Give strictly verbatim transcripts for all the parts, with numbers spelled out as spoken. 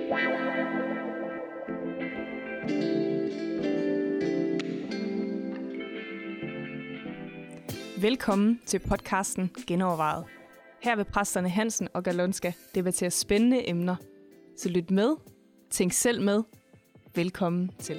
Velkommen til podcasten Genovervejet. Her vil præsterne Hansen og Galonska debattere spændende emner. Så lyt med, tænk selv med. Velkommen til.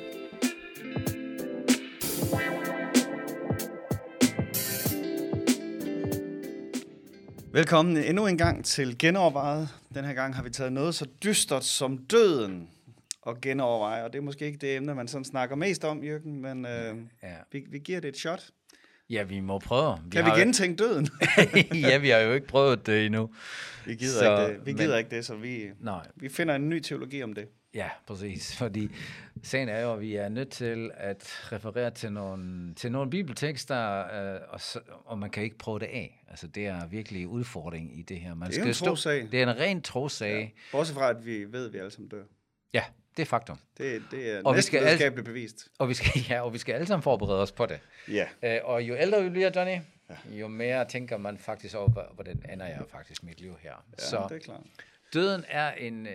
Velkommen endnu en gang til Genovervejet. Den her gang har vi taget noget så dystert som døden og genoverveje, og det er måske ikke det emne, man sådan snakker mest om, Jürgen, men øh, ja. vi, vi giver det et shot. Ja, vi må prøve. Vi kan vi gentænke døden? Ja, vi har jo ikke prøvet det endnu. Vi gider, så, ikke, det. Vi gider men, ikke det, så vi, nej. vi finder en ny teologi om det. Ja, præcis. Fordi sagen er jo, at vi er nødt til at referere til nogle, til nogle bibeltekster, øh, og, så, og man kan ikke prøve det af. Altså, det er virkelig en udfordring i det her. Man det er skal en stå, trosag. Det er en ren trosag. Ja. Bortset fra, at vi ved, at vi alle sammen dør. Ja, det er faktum. Det, det er og næsten videnskabeligt bevist. Og vi skal, ja, og vi skal alle sammen forberede os på det. Ja. Øh, og jo ældre vi bliver, Johnny, ja. jo mere tænker man faktisk over, hvordan ender jeg faktisk mit liv her. Ja, så det er klart. Døden er en, øh,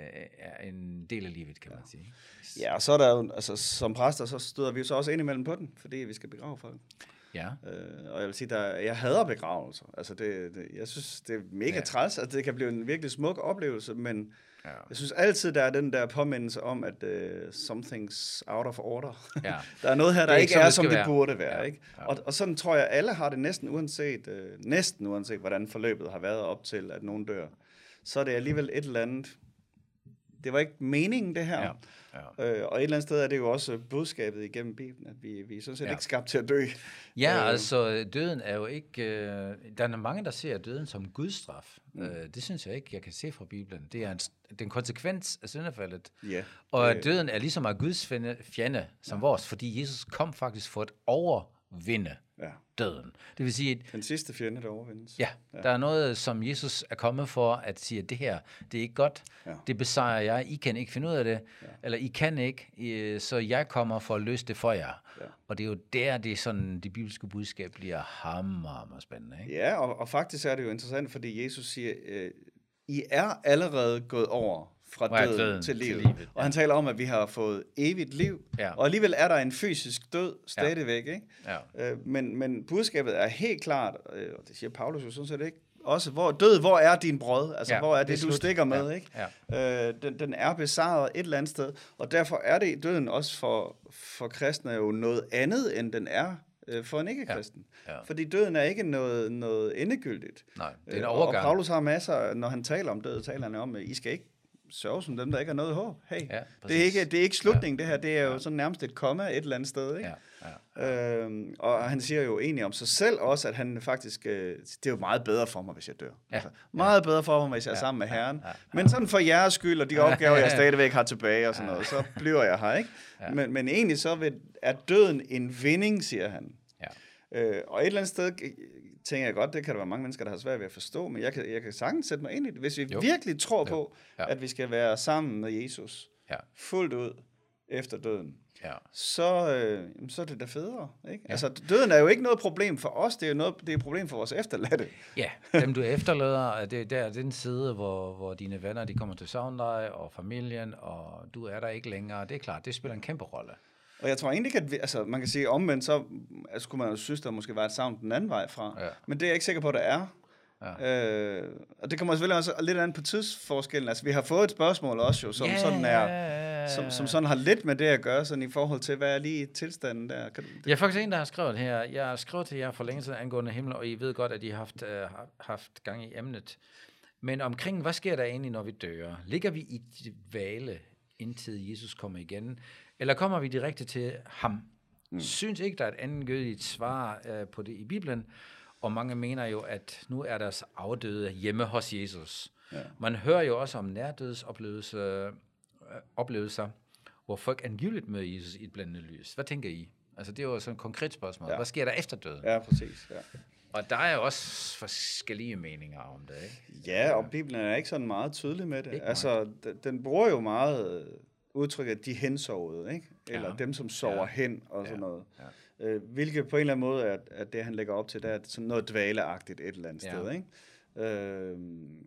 er en del af livet, kan man sige. Ja, og så er der jo, altså som præster, så støder vi jo så også indimellem på den, fordi vi skal begrave folk. Ja. Øh, og jeg vil sige, der, jeg hader begravelser. Altså det, det, jeg synes, det er mega ja. træls, at det kan blive en virkelig smuk oplevelse, men ja. jeg synes altid, der er den der påmindelse om, at uh, something's out of order. Ja. Der er noget her, der ikke er, som det, det burde være. Ja. Ikke? Ja. Og, og sådan tror jeg, alle har det næsten uanset, uh, næsten uanset, hvordan forløbet har været op til, at nogen dør. Så er det alligevel et eller andet. Det var ikke meningen, det her. Ja. Ja. Øh, og et eller andet sted er det jo også budskabet igennem Bibelen, at vi, vi er sådan set ja. ikke skabt til at dø. Ja, øh. altså døden er jo ikke... Øh, der er mange, der ser døden som Guds straf. Mm. Øh, det synes jeg ikke, jeg kan se fra Bibelen. Det er en, det er en konsekvens af syndefaldet. Yeah. Og det, døden er ligesom af Guds fjende, fjende som ja. vores, fordi Jesus kom faktisk for at overvinde ja. døden. Det vil sige... Den sidste fjende, der overvindes. Ja, ja, der er noget, som Jesus er kommet for at sige, at det her, det er ikke godt. Ja. Det besejrer jeg. I kan ikke finde ud af det. Ja. Eller I kan ikke. Så jeg kommer for at løse det for jer. Ja. Og det er jo der, det er sådan, det bibelske budskab bliver hammer spændende. Ikke? Ja, og, og faktisk er det jo interessant, fordi Jesus siger, øh, I er allerede gået over fra døden, døden til livet. Til livet ja. Og han taler om, at vi har fået evigt liv, ja. og alligevel er der en fysisk død stadigvæk. Ikke? Ja. Øh, men, men budskabet er helt klart, øh, og det siger Paulus jo sådan set ikke, også hvor, død, hvor er din brød? Altså, ja, hvor er det, det du stikker med? Ja. Ikke? Ja. Øh, den, den er besejret et eller andet sted, og derfor er det døden også for, for kristne jo noget andet, end den er for en ikke-kristen. Ja, ja. Fordi døden er ikke noget, noget endegyldigt. Nej, det er en overgang. Og Paulus har masser, når han taler om død, taler han om, at I skal ikke sørge som dem, der ikke har noget håb. Hey, ja, det, er ikke, det er ikke slutningen, ja. det her. Det er jo ja. sådan nærmest et komma et eller andet sted. Ikke? Ja, ja. Øhm, og han siger jo egentlig om sig selv også, at han faktisk, øh, det er jo meget bedre for mig, hvis jeg dør. Ja. Altså, meget ja. bedre for mig, hvis jeg er ja. sammen med Herren. Ja. Ja. Men sådan for jeres skyld, og de opgaver, jeg stadigvæk har tilbage, og sådan noget, så bliver jeg her. Ikke? Ja. Men, men egentlig så vil, er døden en vinding, siger han. Ja. Øh, og et eller andet sted tænker jeg godt, det kan der være mange mennesker, der har svært ved at forstå, men jeg kan, jeg kan sagtens sætte mig ind i det. Hvis vi jo. virkelig tror på, ja. at vi skal være sammen med Jesus, ja. fuldt ud efter døden, ja. så, øh, så er det da federe. Ikke? Ja. Altså, døden er jo ikke noget problem for os, det er jo noget, det er et problem for vores efterladte. Ja, dem du efterlader, det, det er den side, hvor, hvor dine venner de kommer til savne dig, og familien, og du er der ikke længere. Det er klart, det spiller en kæmpe rolle. Og jeg tror egentlig, at vi, altså, man kan sige omvendt, så altså, kunne man jo synes, der måske var et savn den anden vej fra. Ja. Men det er jeg ikke sikker på, at der er. Ja. Øh, og det kommer selvfølgelig også lidt an på tidsforskellen. Altså, vi har fået et spørgsmål også, jo, som, yeah. sådan er, som, som sådan har lidt med det at gøre, sådan i forhold til, hvad er lige tilstanden der. Kan du, det? Jeg er faktisk en, der har skrevet her. Jeg har skrevet til jer for længe siden angående himmel, og I ved godt, at I har haft, uh, haft gang i emnet. Men omkring, hvad sker der egentlig, når vi dør? Ligger vi i dvale, indtil Jesus kommer igen? Eller kommer vi direkte til ham? Mm. Synes ikke, der er et andet gødeligt svar uh, på det i Bibelen, og mange mener jo, at nu er deres afdøde hjemme hos Jesus. Ja. Man hører jo også om nærdødsoplevelser, øh, oplevelser, hvor folk angiveligt møder Jesus i et blændende lys. Hvad tænker I? Altså, det er jo sådan et konkret spørgsmål. Ja. Hvad sker der efter døden? Ja, præcis. Ja. Og der er jo også forskellige meninger om det, ikke? Ja, og Bibelen er ikke sådan meget tydelig med det. Altså, den, den bruger jo meget udtrykket, de hensovede, ikke? Eller ja. dem, som sover ja. hen og sådan ja. noget. Ja. Øh, hvilket på en eller anden måde er, at det, han lægger op til, det er sådan noget dvaleagtigt et eller andet ja. sted, ikke? Øh,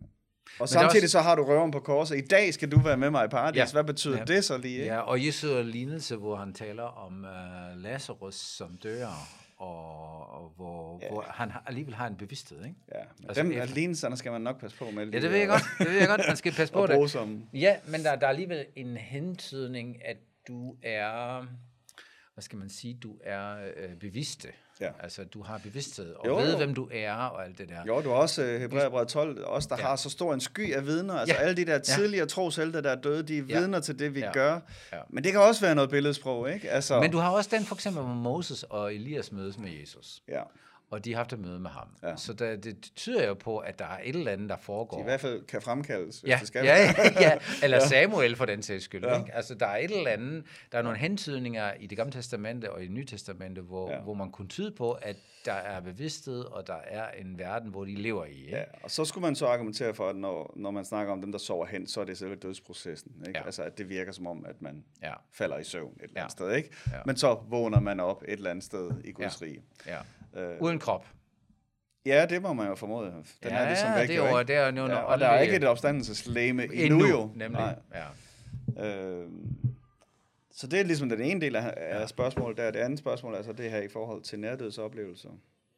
Og samtidig også, så har du røven på korset. I dag skal du være med mig i paradis. Ja, hvad betyder ja, det så lige? Ikke? Ja, og Jesu lignelse, hvor han taler om uh, Lazarus som dør, og, og hvor, ja. hvor han alligevel har en bevidsthed, ikke? Ja, men altså, dem at lignelserne skal man nok passe på med. Ja, det ved jeg godt. Det ved jeg godt. Man skal passe på det. Som... Ja, men der, der er alligevel en hentydning, at du er, hvad skal man sige, du er øh, bevidste. Ja. Altså, du har bevidsthed og jo, ved, jo. hvem du er og alt det der. Jo, du har også uh, Hebræerbrevet tolv, også der ja. har så stor en sky af vidner. Altså, ja. alle de der tidligere ja. troshelte, der er døde, de er ja. vidner til det, vi ja. gør. Ja. Men det kan også være noget billedsprog, ikke? Altså... Men du har også den, for eksempel, hvor Moses og Elias mødes med Jesus. Ja. Og de har haft et møde med ham. Ja. Så der, det tyder jo på, at der er et eller andet, der foregår. De i hvert fald kan fremkaldes, hvis ja. det skal ja, ja, ja. Eller ja. Samuel for den sags skyld. Ja. Ikke? Altså, der er et eller andet, der er nogle hentydninger i det gamle testamente og i det nye testamente, hvor, ja. hvor man kunne tyde på, at der er bevidsthed, og der er en verden, hvor de lever i. Ikke? Ja, og så skulle man så argumentere for, at når, når man snakker om dem, der sover hen, så er det selve dødsprocessen. Ikke? Ja. Altså, at det virker som om, at man ja. falder i søvn et eller andet ja. sted. Ikke? Ja. Men så vågner man op et eller andet sted i Guds ja. rige. Ja. Øh, Uden krop. Ja, det må man jo formode. Den ja, er ligesom væk, det er jo, det er jo ja, og der er ikke et opstandelseslegeme endnu, endnu jo. Nemlig, ja. Øh, så det er ligesom den ene del af, af spørgsmålet. Der det andet spørgsmål er altså det her i forhold til nærdødsoplevelser.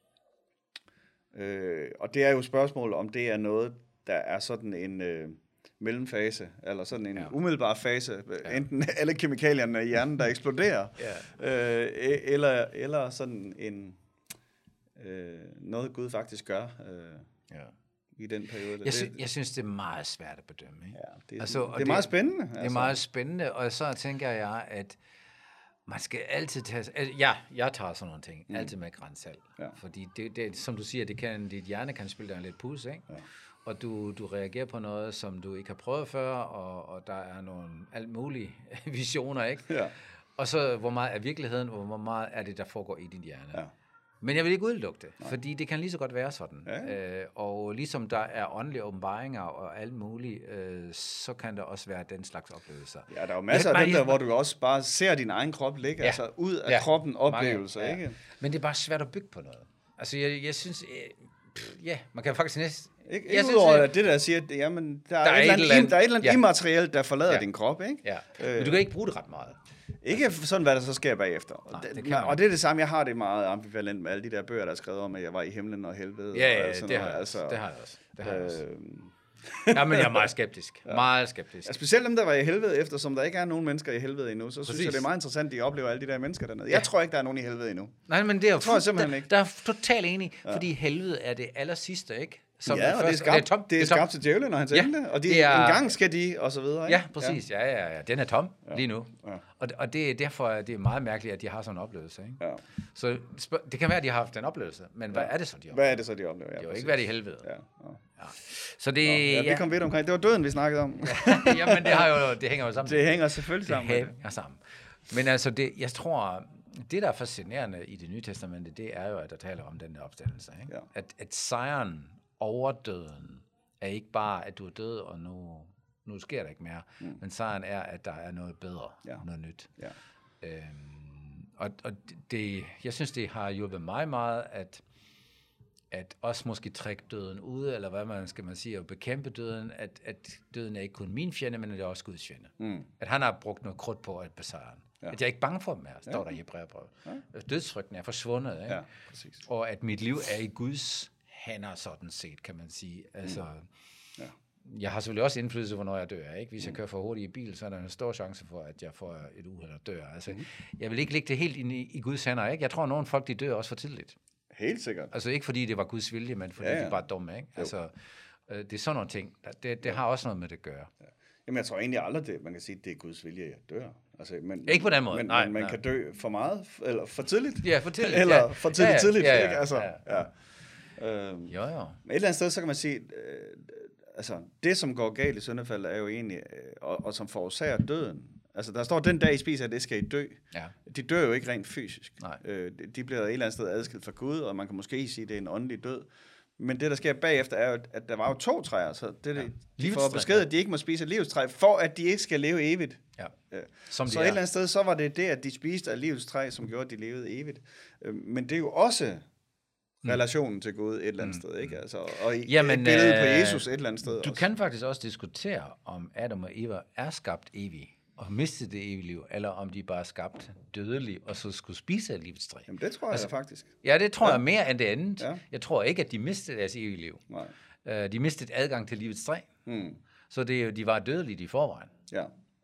Øh, og det er jo spørgsmål, om det er noget, der er sådan en øh, mellemfase, eller sådan en ja. umiddelbar fase, ja. enten alle kemikalierne i hjernen, der eksploderer, ja. øh, eller, eller sådan en... Øh, noget Gud faktisk gør øh, ja. i den periode. Jeg, sy- jeg synes, det er meget svært at bedømme. Ikke? Ja, det er, altså, det er det, meget spændende. Det er altså. meget spændende, og så tænker jeg, at man skal altid tage... Altså, ja, jeg tager sådan nogle ting, mm. altid med grænsalt. Ja. Fordi, det, det, som du siger, det kan, dit hjerne kan spille dig en lidt pus, ikke? Ja. Og du, du reagerer på noget, som du ikke har prøvet før, og, og der er nogle alt mulige visioner, ikke? Ja. Og så, hvor meget er virkeligheden, og hvor meget er det, der foregår i din hjerne. Ja. Men jeg vil ikke udelukke det, Nej. fordi det kan lige så godt være sådan. Ja. Øh, og ligesom der er åndelige åbenbaringer og alt muligt, øh, så kan der også være den slags oplevelser. Ja, der er jo masser af dem der, hvor du også bare ser din egen krop ligge, ja. altså ud af ja. kroppen oplevelser, ja. ikke? Men det er bare svært at bygge på noget. Altså, jeg, jeg synes, øh, pff, ja, man kan faktisk næsten... Ikke, ikke udover at det der siger, at jamen, der, der, er et eller andet, der er et eller andet ja. immaterielt, der forlader ja. din krop, ikke? Ja. Øh. Men du kan ikke bruge det ret meget. Ikke sådan, hvad der så sker bagefter. Nej, det man, og det er det samme, jeg har det meget ambivalent med alle de der bøger, der er skrevet om, at jeg var i himlen og helvede. Ja, ja, og sådan det, noget. har Altså, det har jeg også. Det har jeg også. Øh, ja, men jeg er meget skeptisk. Ja. Meget skeptisk. Ja, specielt dem, der var i helvede, eftersom der ikke er nogen mennesker i helvede endnu, så Præcis. synes jeg, det er meget interessant, at de oplever alle de der mennesker dernede. Jeg ja. tror ikke, der er nogen i helvede endnu. Nej, men det er jo... Det tror jeg simpelthen ikke. Der, der er totalt enig, ja. fordi helvede er det aller sidste, ikke? Som ja, og det er skabt, det er, tom, det er skabt til djævlen, når han tænkte ja, og de, er, en gang skal de, og så videre. Ikke? Ja, præcis. Ja. Ja, ja, ja. Den er tom ja. lige nu. Ja. Og, og det er derfor, det er meget mærkeligt, at de har sådan en oplevelse. Ikke? Ja. Så det kan være, at de har haft den oplevelse, men hvad ja. er det så, de oplever? Hvad er det så, de oplever? Ja, det er jo ikke, hvad det er i helvede. Ja. Ja. Ja. Så det... Nå, ja, vi kom vidt omkring. Det var døden, vi snakkede om. Jamen, det, har jo, det hænger jo sammen. Det hænger selvfølgelig sammen. Det hænger sammen. Men altså, det, jeg tror... Det, der er fascinerende i det nye testamente, det er jo, at der taler om den der opstandelse. Ikke? Ja. At, at sejren over døden er ikke bare, at du er død, og nu, nu sker der ikke mere. Mm. Men sejren er, at der er noget bedre, ja. noget nyt. Ja. Øhm, og og det, jeg synes, det har hjulpet mig meget, at, at også måske trække døden ud, eller hvad man skal man sige, og bekæmpe døden, at, at døden er ikke kun min fjende, men det er også Guds fjende. Mm. At han har brugt noget krudt på at besejre den. Ja. At jeg er ikke bange for dem her, står ja. der i Hebræerbrevet. Ja. Dødsfrygten er forsvundet, ikke? Ja, præcis. Og at mit liv er i Guds hænder, sådan set, kan man sige. Altså, mm. ja. Jeg har selvfølgelig også indflydelse, hvornår jeg dør, ikke? Hvis jeg kører for hurtigt i bil, så er der en stor chance for, at jeg får et uheld og dør. Altså, mm. jeg vil ikke lægge det helt ind i, i Guds hænder, ikke? Jeg tror, at nogle folk, de dør også for tidligt. Helt sikkert. Altså ikke fordi det var Guds vilje, men fordi ja, ja. de var dumme, ikke? Altså, øh, det er sådan nogle ting. Det, det ja. har også noget med det at gøre. Ja. Jamen, jeg tror egentlig aldrig, det, man kan sige, at det er Guds vilje, at jeg dør. Altså, men, ikke på den måde. Men, nej, men man nej. kan dø for meget, eller for tidligt. Ja, for tidligt. Eller ja. for tidligt, ja, ja. tidligt, ja, ja. ikke? Altså, ja. ja. Øhm, jo, jo. Men et eller andet sted, så kan man sige, øh, altså, det, som går galt i syndefaldet, er jo egentlig, øh, og, og som forårsager døden. Altså, der står, den dag I spiser, det skal I dø. Ja. De dør jo ikke rent fysisk. Nej. Øh, de bliver et eller andet sted adskilt fra Gud, og man kan måske sige, at det er en åndelig død. Men det, der sker bagefter, er jo, at der var jo to træer, så det, ja. de får besked, at de ikke må spise et livstræ, for at de ikke skal leve evigt. Ja. Som så et eller andet sted, så var det det, at de spiste af livets træ, som gjorde, at de levede evigt. Men det er jo også relationen til Gud et eller andet mm. sted, ikke? Altså, og i, Jamen, et billede øh, på Jesus et eller andet sted Du også. kan faktisk også diskutere, om Adam og Eva er skabt evigt, og mistede det evige liv, eller om de bare er skabt dødelige, og så skulle spise af livets træ. Jamen, det tror jeg altså, faktisk. Ja, det tror ja. jeg mere end det andet. Ja. Jeg tror ikke, at de mistede deres evige liv. Nej. Uh, de mistede adgang til livets træ. Mm. Så det, de var dødelige i forvejen. Ja.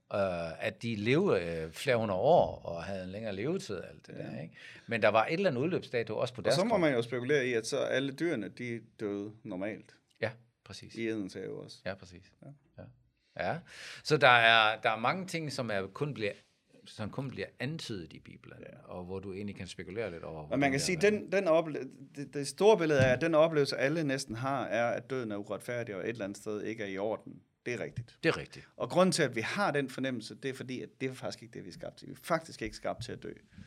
Uh, at de levede uh, flere hundrede år, og havde en længere levetid og alt det ja. der, ikke? Men der var et eller andet udløbsdato også på deres Og så må krop. man jo spekulere i, at så alle dyrene, de døde normalt. Ja, præcis. I Edens have også. Ja, præcis. Ja. Ja. Ja, så der er, der er mange ting, som, er kun bliver, som kun bliver antydet i Bibelen, ja. og hvor du egentlig kan spekulere lidt over. Og man kan sige, den, den ople- det, det store billede er, at den oplevelse, alle næsten har, er, at døden er uretfærdig, og et eller andet sted ikke er i orden. Det er rigtigt. Det er rigtigt. Og grunden til, at vi har den fornemmelse, det er fordi, at det er faktisk ikke det, vi er skabt til. Vi er faktisk ikke skabt til at dø.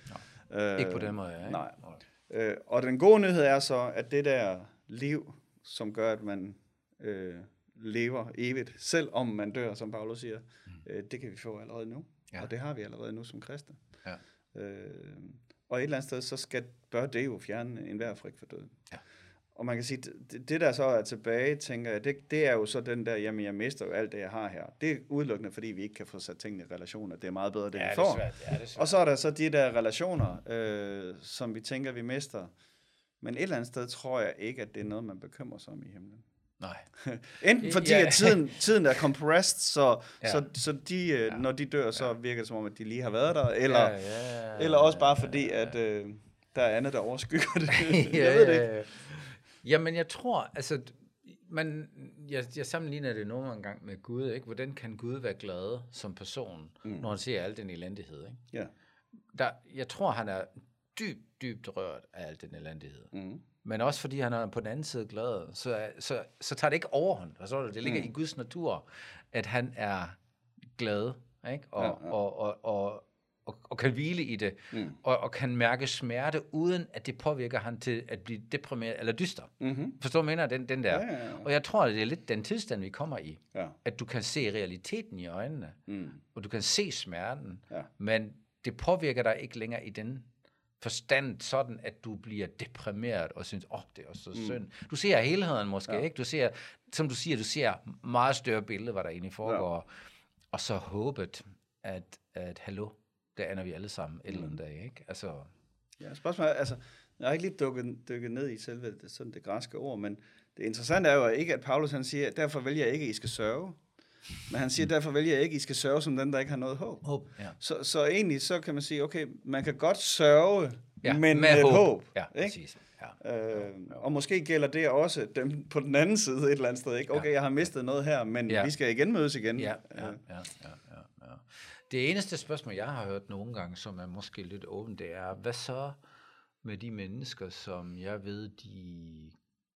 Øh, ikke på den måde, ja. Nej. Øh, og den gode nyhed er så, at det der liv, som gør, at man... Øh, lever evigt, selv om man dør, som Paulus siger. Mm. Øh, det kan vi få allerede nu, ja. Og det har vi allerede nu som kristne. Ja. Øh, og et eller andet sted, så skal, bør det jo fjerne enhver frygt for døden. Ja. Og man kan sige, det, det der så er tilbage, tænker jeg, det, det er jo så den der, jamen jeg mister jo alt det, jeg har her. Det er udelukkende, fordi vi ikke kan få sat tingene i relationer. Det er meget bedre, det ja, vi får. Det er svært. Ja, det er svært. Og så er der så de der relationer, øh, som vi tænker, vi mister. Men et eller andet sted tror jeg ikke, at det er noget, man bekymrer sig om i himlen. Nej. Enten fordi ja. at tiden, tiden er compressed, så, ja. så, så de, ja. når de dør, så virker det som om, at de lige har været der, eller, ja, ja, ja, eller også bare fordi, at øh, der er andet, der overskygger det. ja, jeg ved det ikke. Jamen, jeg tror, altså, man, jeg, jeg sammenligner det nogle gange med Gud, ikke? Hvordan kan Gud være glad som person, mm. når han ser al den elendighed, ikke? Ja. Der, jeg tror, han er dybt, dybt rørt af al den elendighed. Mm. Men også fordi han er på den anden side glad, så, så, så tager det ikke overhånd. Altså, det ligger mm. i Guds natur, at han er glad, ikke? Og, ja, ja. Og, og, og, og, og kan hvile i det, mm. og, og kan mærke smerte, uden at det påvirker han til at blive deprimeret eller dyster. Mm-hmm. Forstår du, mener den, den der? Ja, ja, ja. Og jeg tror, at det er lidt den tilstand, vi kommer i. Ja. At du kan se realiteten i øjnene, mm. og du kan se smerten, ja. Men det påvirker dig ikke længere i den forstand sådan, at du bliver deprimeret og synes, åh, oh, det er også så mm. synd. Du ser helheden måske, ja. Ikke? Du ser, som du siger, du ser meget større billede, hvad der egentlig foregår, ja. Og så håbet, at, at hallo, det ender vi alle sammen et mm. eller andet dag, ikke? Altså... Ja, spørgsmålet er, altså, jeg har ikke lige dykket, dykket ned i selve det, sådan det græske ord, men det interessante er jo ikke, at Paulus han siger, derfor vælger jeg ikke, at I skal sørge. Men han siger, derfor vælger jeg ikke, at I skal sørge som den, der ikke har noget håb. håb ja. så, så egentlig, så kan man sige, okay, man kan godt sørge, ja, men med, med håb. håb ja, ikke? Præcis. Ja. Øh, og måske gælder det også dem på den anden side et eller andet sted. Ikke? Okay, jeg har mistet noget her, men ja. vi skal igen mødes igen. Ja, ja, ja, ja, ja, ja. Det eneste spørgsmål, jeg har hørt nogle gange, som er måske lidt åbent, det er, hvad så med de mennesker, som jeg ved, de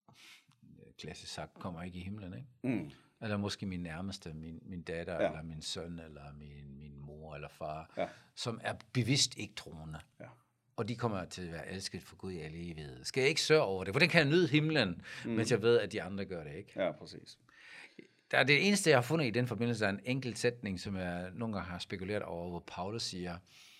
klassisk sagt kommer ikke i himlen, ikke? Mm. Eller måske min nærmeste, min, min datter, ja. Eller min søn, eller min, min mor eller far, ja. Som er bevidst ikke troende. Ja. Og de kommer til at være elsket for Gud i al evighed. Skal jeg ikke sørge over det? Hvordan kan jeg nyde himlen, mm. mens jeg ved, at de andre gør det ikke? Ja, præcis. Der er det eneste, jeg har fundet i den forbindelse, der er en enkelt sætning, som jeg nogle gange har spekuleret over, hvor Paulus siger,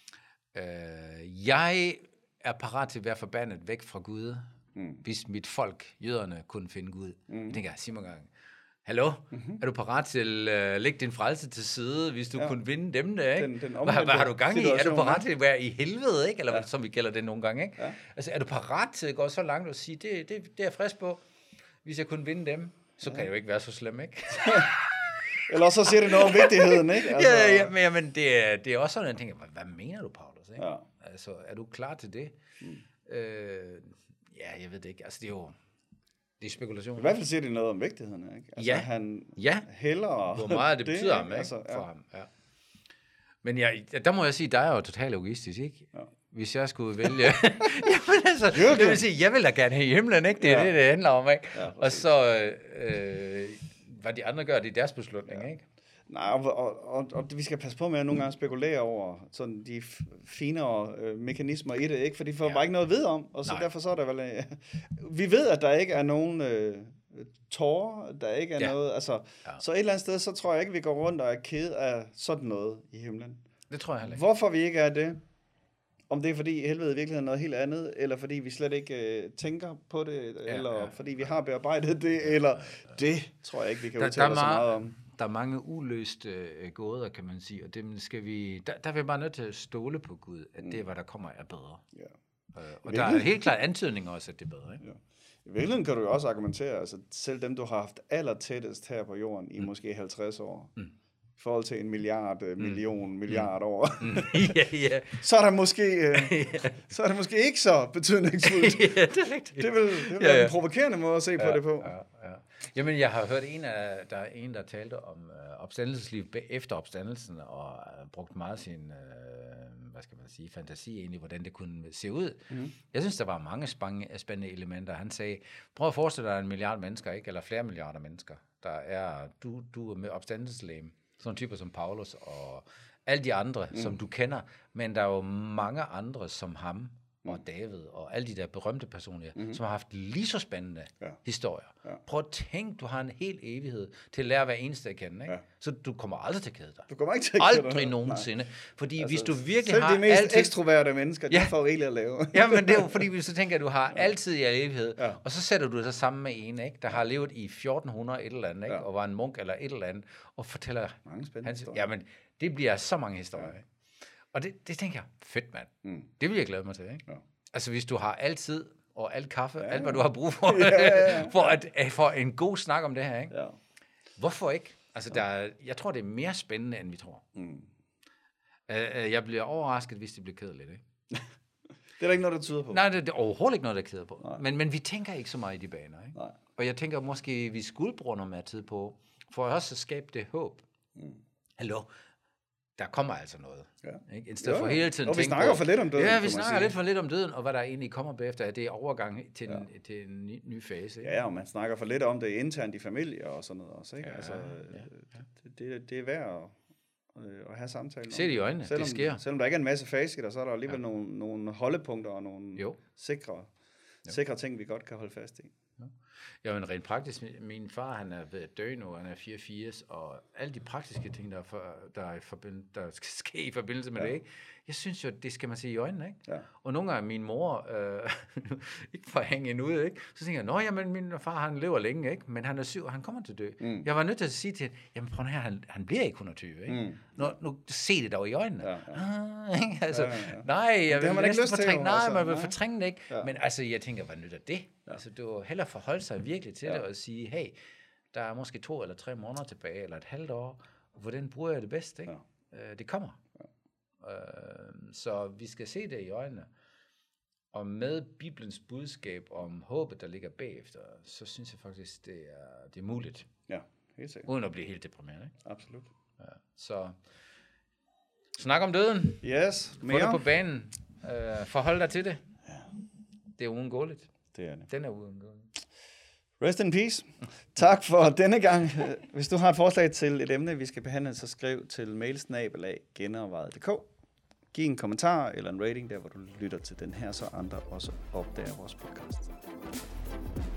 øh, jeg er parat til at være forbandet væk fra Gud, mm. hvis mit folk, jøderne, kunne finde Gud. Mm. Jeg tænker, sig mig gang, hallo, mm-hmm. er du parat til at uh, lægge din frelse til side, hvis du ja. kunne vinde dem der, ikke? Den, den hvad, hvad har du gang i? Er du parat til at være i helvede, ikke? Eller ja. Som vi kalder det nogle gange, ikke? Ja. Altså, er du parat til at gå så langt og sige, det, det, det er jeg frisk på, hvis jeg kunne vinde dem, så ja. Kan jeg jo ikke være så slem, ikke? Eller så siger det noget om vigtigheden, ikke? Altså... Ja, ja, men, ja, men det, er, det er også sådan, at jeg tænker, hvad, hvad mener du, Paulus? Ikke? Ja. Altså, er du klar til det? Mm. Øh, ja, jeg ved det ikke. Altså, det er jo... Det er spekulation. I hvert fald siger det noget om vigtigheden, ikke? Altså, ja. Han ja. Hellere... Hvor meget det betyder ham, ikke? Altså, ja. For ham, ja. Men jeg, der må jeg sige, der er jo totalt egoistisk, ikke? Ja. Hvis jeg skulle vælge... Jamen altså, det vil sige, jeg vil da gerne have i himlen, ikke? Det er ja. Det, det handler om, ikke? Ja, og så... Øh, hvad de andre gør, det er deres beslutning, ja. Ikke? Nej, og, og, og, og vi skal passe på med at nogle gange spekulere over sådan de finere øh, mekanismer i det, ikke? For de får ja. Bare ikke noget at vide om, og så Nej. Derfor så er der vel... Øh, vi ved, at der ikke er nogen øh, tårer, der ikke er ja. Noget... Altså, ja. Så et eller andet sted, så tror jeg ikke, vi går rundt og er ked af sådan noget i himlen. Det tror jeg heller ikke. Hvorfor vi ikke er det? om det er fordi helvede i virkeligheden er noget helt andet, eller fordi vi slet ikke øh, tænker på det, ja, eller ja, fordi vi har bearbejdet det, ja, eller det tror jeg ikke, vi kan udtale os så meget om. Der er mange uløste øh, gåder, kan man sige, og dem skal vi, der, der er vi bare nødt til at stole på Gud, at mm. det, hvad der kommer, er bedre. Ja. Øh, og der er helt klart antydninger også, at det er bedre. Ikke? Ja. I virkeligheden kan du jo også argumentere, altså selv dem, du har haft allertættest her på jorden i mm. måske halvtreds år, mm. i forhold til en milliard, mm. million, milliard mm. år, mm. yeah, yeah. så er der måske øh, så er det måske ikke så betydningsfuldt. Ja, det er rigtigt. Det vil, det vil ja, være en provokerende måde at se ja, på det på. Ja, ja. Jamen, jeg har hørt en af, der er en, der talte om øh, opstandelsesliv efter opstandelsen, og øh, brugt meget sin, øh, hvad skal man sige, fantasi egentlig, hvordan det kunne se ud. Mm. Jeg synes, der var mange spændende elementer. Han sagde, prøv at forestille dig en milliard mennesker, ikke? Eller flere milliarder mennesker, der er, du, du er med opstandelseslægen. Sådan typer som Paulus og alle de andre, mm. som du kender, men der er jo mange andre som ham og David og alle de der berømte personer, mm. som har haft lige så spændende ja. historier. Ja. Prøv at tænke, du har en hel evighed til at lære hver eneste at kende, ikke? Ja. Så du kommer aldrig til at kede dig. Du kommer ikke til at kede dig. Aldrig nogensinde. Nej. Fordi altså, hvis du virkelig selv har de mest altid... ekstroverte mennesker, de ja. får rigeligt at lave. Ja, men det er jo fordi, hvis du tænker, at du har altid i evighed, ja. og så sætter du dig sammen med en, ikke, der har levet i fjorten hundrede et eller andet, ikke, ja. og var en munk eller et eller andet, og fortæller... Mange spændende hans, historier. Jamen, det bliver så mange historier. Ja. Og det, det tænker jeg, fedt mand. Mm. Det vil jeg glæde mig til, ikke? Ja. Altså, hvis du har altid og alt kaffe, ja. alt hvad du har brug for, ja, ja, ja. for, at, for en god snak om det her, ikke? Ja. Hvorfor ikke? Altså, der er, jeg tror, det er mere spændende, end vi tror. Mm. Uh, jeg bliver overrasket, hvis det bliver kedeligt, ikke? Det er der ikke noget, der tyder på. Nej, det, det er overhovedet ikke noget, der keder på. Men, men vi tænker ikke så meget i de baner, ikke? Nej. Og jeg tænker, måske vi skulle bruge noget mere tid på, for også at skabe det håb. Mm. Hallo? Der kommer altså noget. Ja. Ikke? I stedet for hele tiden og vi snakker på, for lidt om døden. Ja, vi snakker lidt for lidt om døden, og hvad der egentlig kommer bagefter, at det er overgang til, ja. en, til en ny, ny fase. Ikke? Ja, og man snakker for lidt om det internt i familier og sådan noget også. Ikke? Ja, altså, ja. Det, det, det er værd at, at have samtalen. Se det i øjnene, selvom, det sker. Selvom der ikke er en masse facit, så er der alligevel ja. nogle, nogle holdepunkter og nogle jo. sikre, sikre ting, vi godt kan holde fast i. Ja. Ja, men rent praktisk, min far, han er ved at dø nu, han er fireogfirs, og alle de praktiske ting, der, for, der, er forbind, der skal ske i forbindelse med ja. det, ikke? Jeg synes jo, det skal man se i øjnene, ikke? Ja. Og nogle gange min mor, øh, ikke for at hænge en ud, ikke? Så tænker jeg, nå, jamen, min far, han lever længe, ikke? Men han er syg, og han kommer til at dø. Mm. Jeg var nødt til at sige til hende, jamen prøv her, han, han bliver ikke et hundrede og tyve, ikke? Mm. Nå, nu se det dog i øjnene. Ja, ja. Ah, ikke? Altså, ja, ja, ja. Nej, jeg vil næsten fortrænge, nej, altså, man vil fortrænge det, ikke? Ja. Men altså, jeg tænker, hvad nytter det? Ja. Altså, du vil hellere forholde sig virkelig til ja. det og sige, hey, der er måske to eller tre måneder tilbage, eller et halvt år, og hvordan bruger jeg det bedst, ikke? Ja. Øh, det kommer. Ja. Øh, så vi skal se det i øjnene. Og med Bibelens budskab om håbet, der ligger bagefter, så synes jeg faktisk, det er, det er muligt. Ja, helt sikkert. Uden at blive helt deprimeret, ikke? Absolut. Ja. Så snak om døden. Yes, mere. Få det på banen. Øh, forhold dig til det. Ja. Det er uundgåeligt. Det er det. Den er uundgåelig. Rest in peace. Tak for denne gang. Hvis du har et forslag til et emne, vi skal behandle, så skriv til mailsnabelag genovervejet punktum d k. Giv en kommentar eller en rating der, hvor du lytter til den her, så andre også opdager vores podcast.